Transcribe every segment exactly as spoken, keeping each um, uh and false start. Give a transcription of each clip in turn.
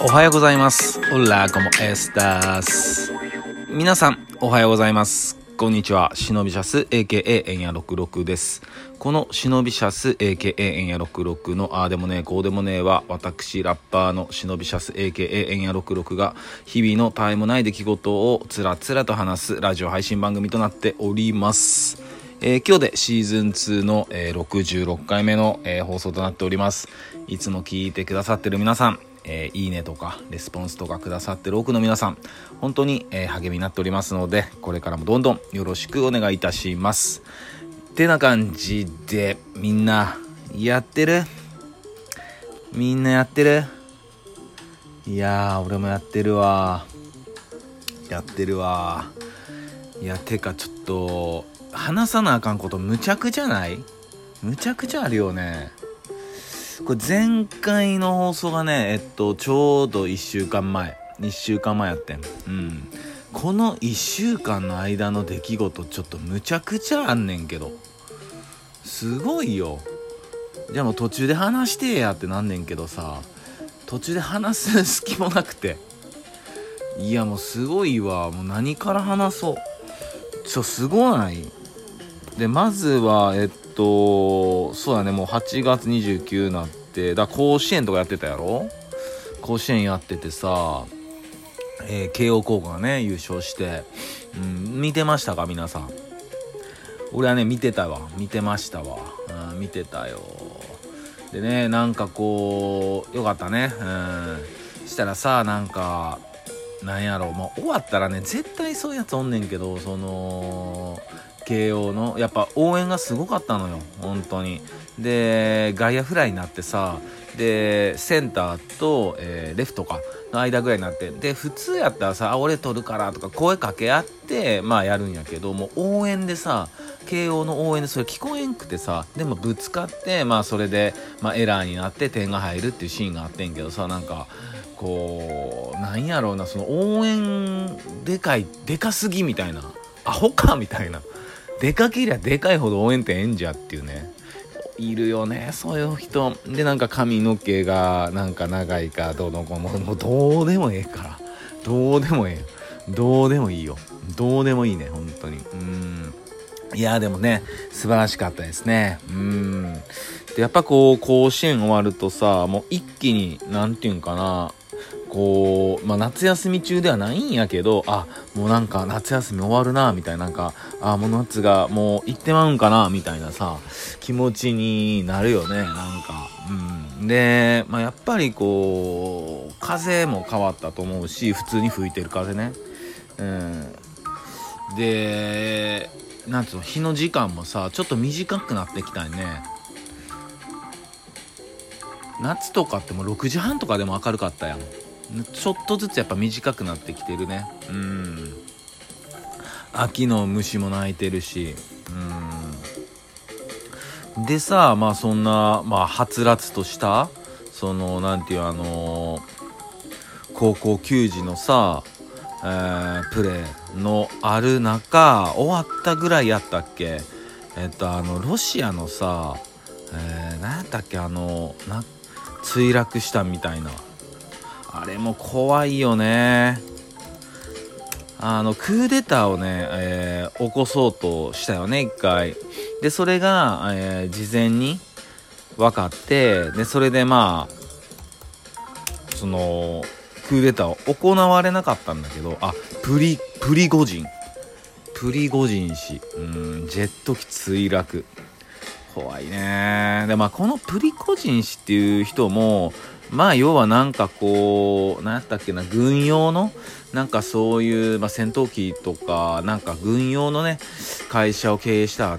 おはようございます。オラコモエスタス。皆さんおはようございます。こんにちは。シノビシャス エーケーエー エンヤろくろくです。このシノビシャス エーケーエー エンヤろくろくのあーでもねえこうでもねえは、私ラッパーのシノビシャス エーケーエー エンヤろくろくが日々のたえもない出来事をつらつらと話すラジオ配信番組となっております。えー、今日でシーズンツーの、えー、ろくじゅうろっかいめの、えー、放送となっております。いつも聞いてくださってる皆さん、えー、いいねとかレスポンスとかくださってる多くの皆さん、本当に、えー、励みになっておりますので、これからもどんどんよろしくお願いいたします。ってな感じで、みんなやってるみんなやってるいやー俺もやってるわやってるわいやてかちょっと話さなあかんことむちゃくちゃないむちゃくちゃあるよね。これ前回の放送がねえっとちょうどいっしゅうかんまえいっしゅうかんまえやってん。うんこのいっしゅうかんの間の出来事ちょっとむちゃくちゃあんねんけど、すごいよ。じゃあもう途中で話してやってなんねんけどさ、途中で話す隙もなくて、いやもうすごいわ。もう何から話そう。ちょすごないで、まずはえっとそうだね、もうはちがつにじゅうくになって、だ甲子園とかやってたやろ。甲子園やっててさ、えー、慶応高校がね優勝して、うん、見てましたか皆さん。俺はね見てたわ見てましたわ、うん、見てたよ。でね、なんかこうよかったね。うんしたらさ、なんかなんやろう、もう終わったらね絶対そういうやつおんねんけど、その慶応のやっぱ応援がすごかったのよ本当に。で外野フライになってさ、でセンターと、えー、レフトかの間ぐらいになって、で普通やったらさ、あ俺取るからとか声かけ合ってまあやるんやけど、もう応援でさ、慶応の応援でそれ聞こえんくてさ、でもぶつかってまあそれで、まあ、エラーになって点が入るっていうシーンがあってんけどさ、なんかこうなんやろうな、その応援でかいでかすぎみたいな、アホかみたいな、でかけりゃでかいほど応援ってええんじゃっていうね、いるよねそういう人で。なんか髪の毛がなんか長いかどうのこうの、もうどうでもええから、どうでもええどうでもいいよどうでもいいね本当に。うーんいやでもね素晴らしかったですね。うーんでやっぱこう甲子園終わるとさ、もう一気になんていうんかな、こう、まあ、夏休み中ではないんやけど、あもうなんか夏休み終わるなみたいな、なんかあもう夏がもう行ってまうんかなみたいなさ気持ちになるよね。なんかうんで、まあ、やっぱりこう風も変わったと思うし、普通に吹いてる風ね。うんでなんつうの、日の時間もさちょっと短くなってきたよね。夏とかってもうろくじはんとかでも明るかったやん。ちょっとずつやっぱ短くなってきてるね。うん秋の虫も鳴いてるし、うんでさ、まあそんなまあはつらつとしたそのなんていうあのー、高校球児のさ、えー、プレーのある中、終わったぐらいやったっけ、えっとあのロシアのさ、えー、何やったっけ、あのな墜落したみたいな、あれも怖いよね。あのクーデターをね、えー、起こそうとしたよね一回で、それが、えー、事前に分かって、でそれでまあそのクーデターを行われなかったんだけど、あプリプリゴジンプリゴジン氏、うんジェット機墜落、怖いね。でまあこのプリゴジン氏っていう人もまあ要はなんかこう何やったっけな、軍用のなんかそういう、まあ、戦闘機とかなんか軍用のね会社を経営したって、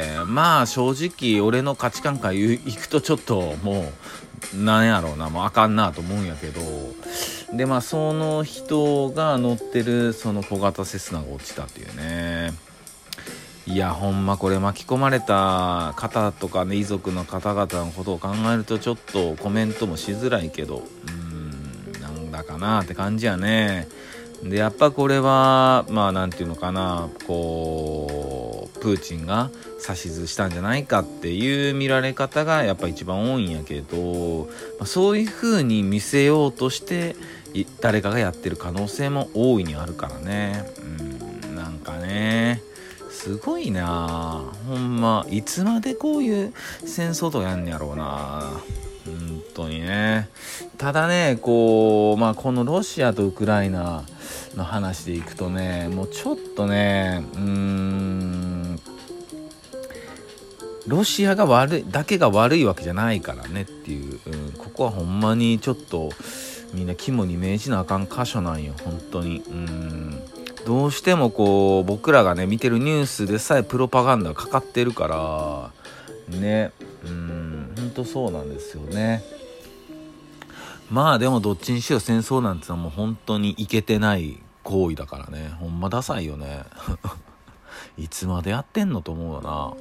まあ正直俺の価値観から行くとちょっともうなんやろうな、もうあかんなと思うんやけど、でまあその人が乗ってるその小型セスナが落ちたっていうね。いやほんまこれ巻き込まれた方とかね、遺族の方々のことを考えるとちょっとコメントもしづらいけど、うーんなんだかなって感じやね。でやっぱこれはまあなんていうのかな、こうプーチンが指図したんじゃないかっていう見られ方がやっぱ一番多いんやけど、まあ、そういう風に見せようとして誰かがやってる可能性も大いにあるからね。うんなんかねすごいなほんまいつまでこういう戦争とかやんねやろうな本当にね。ただねこうまあこのロシアとウクライナの話でいくとねもうちょっとねうーんロシアが悪いだけが悪いわけじゃないからねっていう、うん、ここはほんまにちょっとみんな肝に銘じなあかん箇所なんよ本当に。うんどうしてもこう僕らがね見てるニュースでさえプロパガンダがかかってるからね。うん本当そうなんですよね。まあでもどっちにしろ戦争なんてのはもう本当にイケてない行為だからね。ほんまダサいよねいつまでやってんのと思うよな。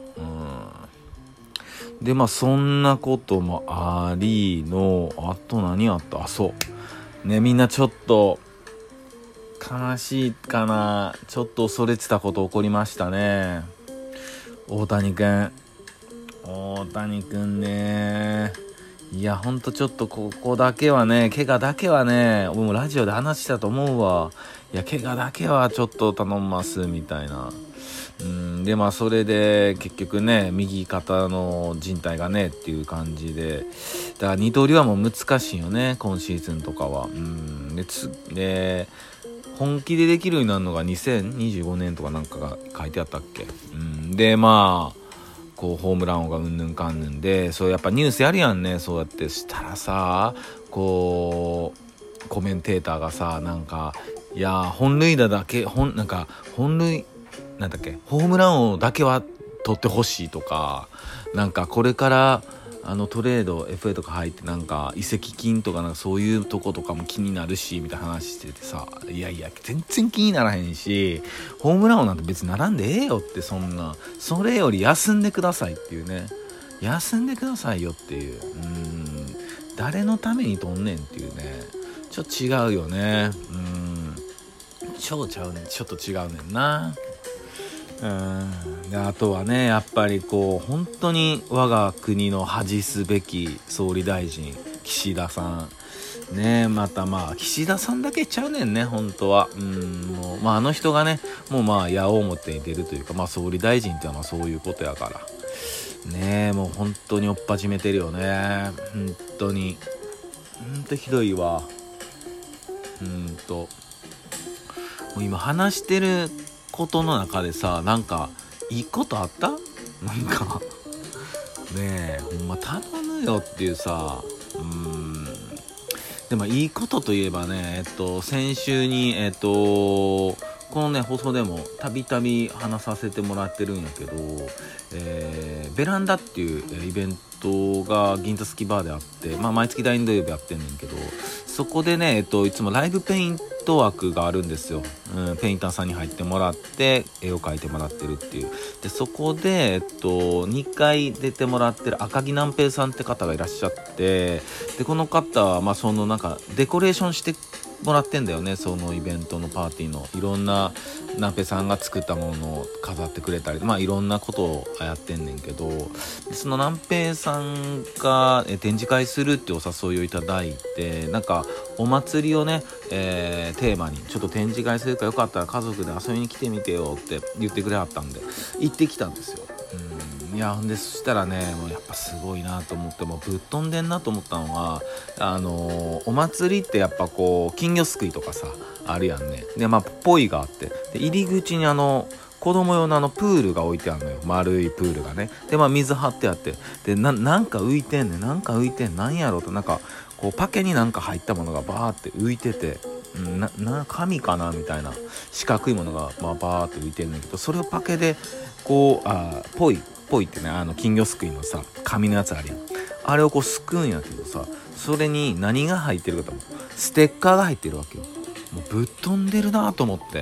うんでまあそんなこともありのあと何あったあそうねみんなちょっと悲しいかなちょっと恐れてたこと起こりましたね。大谷くん大谷くんねいやほんとちょっとここだけはね怪我だけはね俺もラジオで話したと思うわ。いや怪我だけはちょっと頼んますみたいな。うんでまあそれで結局ね右肩の靭帯がねっていう感じでだから二刀流はもう難しいよね今シーズンとかは。うんでつで本気でできるようになるのがにせんにじゅうごねんとかなんかが書いてあったっけ。うんでまあこうホームラン王がうんぬんかんぬんでそうやっぱニュースやるやんねそうやってしたらさこうコメンテーターがさなんかいや本塁打だけ本なんか本塁なんだっけホームラン王だけは取ってほしいとかなんかこれからあのトレード エフエー とか入ってなんか移籍金とかなんかそういうとことかも気になるしみたいな話しててさいやいや全然気にならへんしホームラン王なんて別に並んでええよってそんなそれより休んでくださいっていうね休んでくださいよっていううーん誰のためにとんねんっていうねちょっと違うよねうーん超ちゃうねんちょっと違うねんなうんであとはねやっぱりこう本当に我が国の恥すべき総理大臣岸田さんねまたまあ岸田さんだけちゃうねんね本当はうんもう、まあ、あの人がねもうまあ矢面に出るというかまあ総理大臣ってのはまあそういうことやからねもう本当に追っ始めてるよね本当に本当ひどいわうんともう今話してることの中でさなんかいいことあったなんかねえほんま頼むよっていうさうーんでもいいことといえばねえっと先週にえっとこのね放送でもたびたび話させてもらってるんやけど、えー、ベランダっていうイベントが銀座スキバーであって、まあ、毎月第に土曜日やってんねんけどそこでね、えっと、いつもライブペイント枠があるんですよ、うん、ペインターさんに入ってもらって絵を描いてもらってるっていうでそこで、えっと、にかい出てもらってる赤木南平さんって方がいらっしゃってでこの方は、まあ、そのなんかデコレーションしてもらってんだよねそのイベントのパーティーのいろんな南平さんが作ったものを飾ってくれたりまあいろんなことをやってんねんけどその南平さんがえ展示会するってお誘いをいただいてなんかお祭りをね、えー、テーマにちょっと展示会するからよかったら家族で遊びに来てみてよって言ってくれはったんで行ってきたんですよ。うんいやほんでそしたらねもうやっぱすごいなと思ってもうぶっ飛んでんなと思ったのがあのー、お祭りってやっぱこう金魚すくいとかさあるやんねでまあポイがあってで入り口にあの子供用のあのプールが置いてあるのよ丸いプールがねでまあ水張ってあってで な, なんか浮いてんねんなんか浮いてんなんやろとなんかこうパケになんか入ったものがバーって浮いててなな紙かなみたいな四角いものが、まあ、バーって浮いてんねんけどそれをパケでこうあポイポイってねあの金魚すくいのさ紙のやつあるやんあれをこうすくうんやけどさそれに何が入ってるかと思うステッカーが入ってるわけよもうぶっ飛んでるなと思って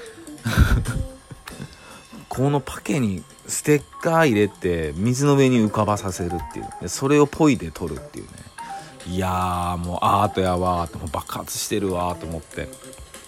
このパケにステッカー入れて水の上に浮かばさせるっていうでそれをポイで取るっていうねいやーもうアートやわーってもう爆発してるわーと思って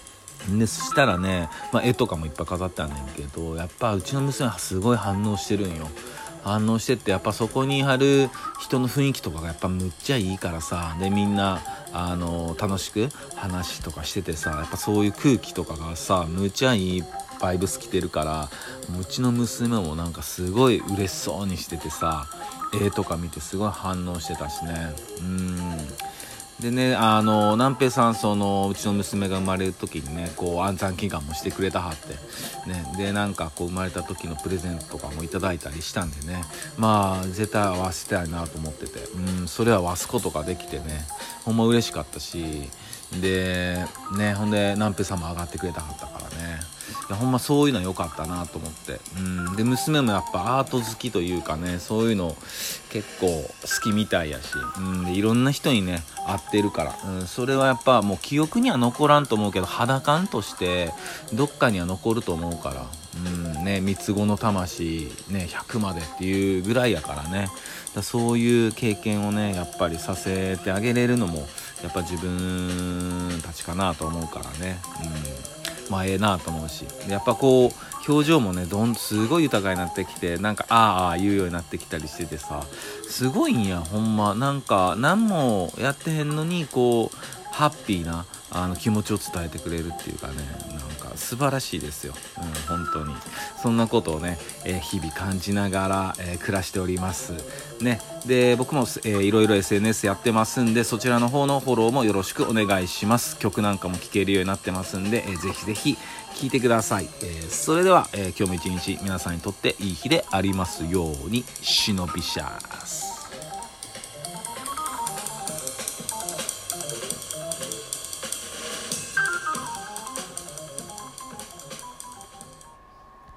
でそしたらね、まあ、絵とかもいっぱい飾ってあんねんけど、やっぱうちの娘はすごい反応してるんよ。反応してって、やっぱそこに貼る人の雰囲気とかがやっぱむっちゃいいからさ、でみんなあの楽しく話とかしててさ、やっぱそういう空気とかがさむっちゃいいバイブス来てるから、うちの娘もなんかすごい嬉しそうにしててさ、絵とか見てすごい反応してたしね。うーんでね、あの南平さん、そのうちの娘が生まれる時にね、こう安産祈願もしてくれたはってね、でなんかこう生まれた時のプレゼントとかもいただいたりしたんでね、まあ絶対合わせたいなと思ってて、うん、それはわすことができてね、ほんま嬉しかったし、でね、ほんで南平さんも上がってくれたはったからね、いやほんまそういうの良かったなと思って、うん、で娘もやっぱアート好きというかね、そういうの結構好きみたいやし、うん、でいろんな人にね会ってるから、うん、それはやっぱもう記憶には残らんと思うけど、肌感としてどっかには残ると思うから、うんね、三つ子の魂、ね、ひゃくまでっていうぐらいやからね、だそういう経験をねやっぱりさせてあげれるのもやっぱ自分たちかなと思うからね、うん、まあええなと思うし、やっぱこう表情もねどんすごい豊かになってきて、なんかあーあー言うようになってきたりしててさ、すごいんやほんま。なんか何もやってへんのにこうハッピーなあの気持ちを伝えてくれるっていうかね、なんか素晴らしいですよ、うん、本当にそんなことをね、えー、日々感じながら、えー、暮らしておりますね。で僕も、えー、いろいろ エスエヌエス やってますんで、そちらの方のフォローもよろしくお願いします。曲なんかも聴けるようになってますんで、えー、ぜひぜひ聴いてください。えー、それでは、えー、今日も一日皆さんにとっていい日でありますように。忍びシャス。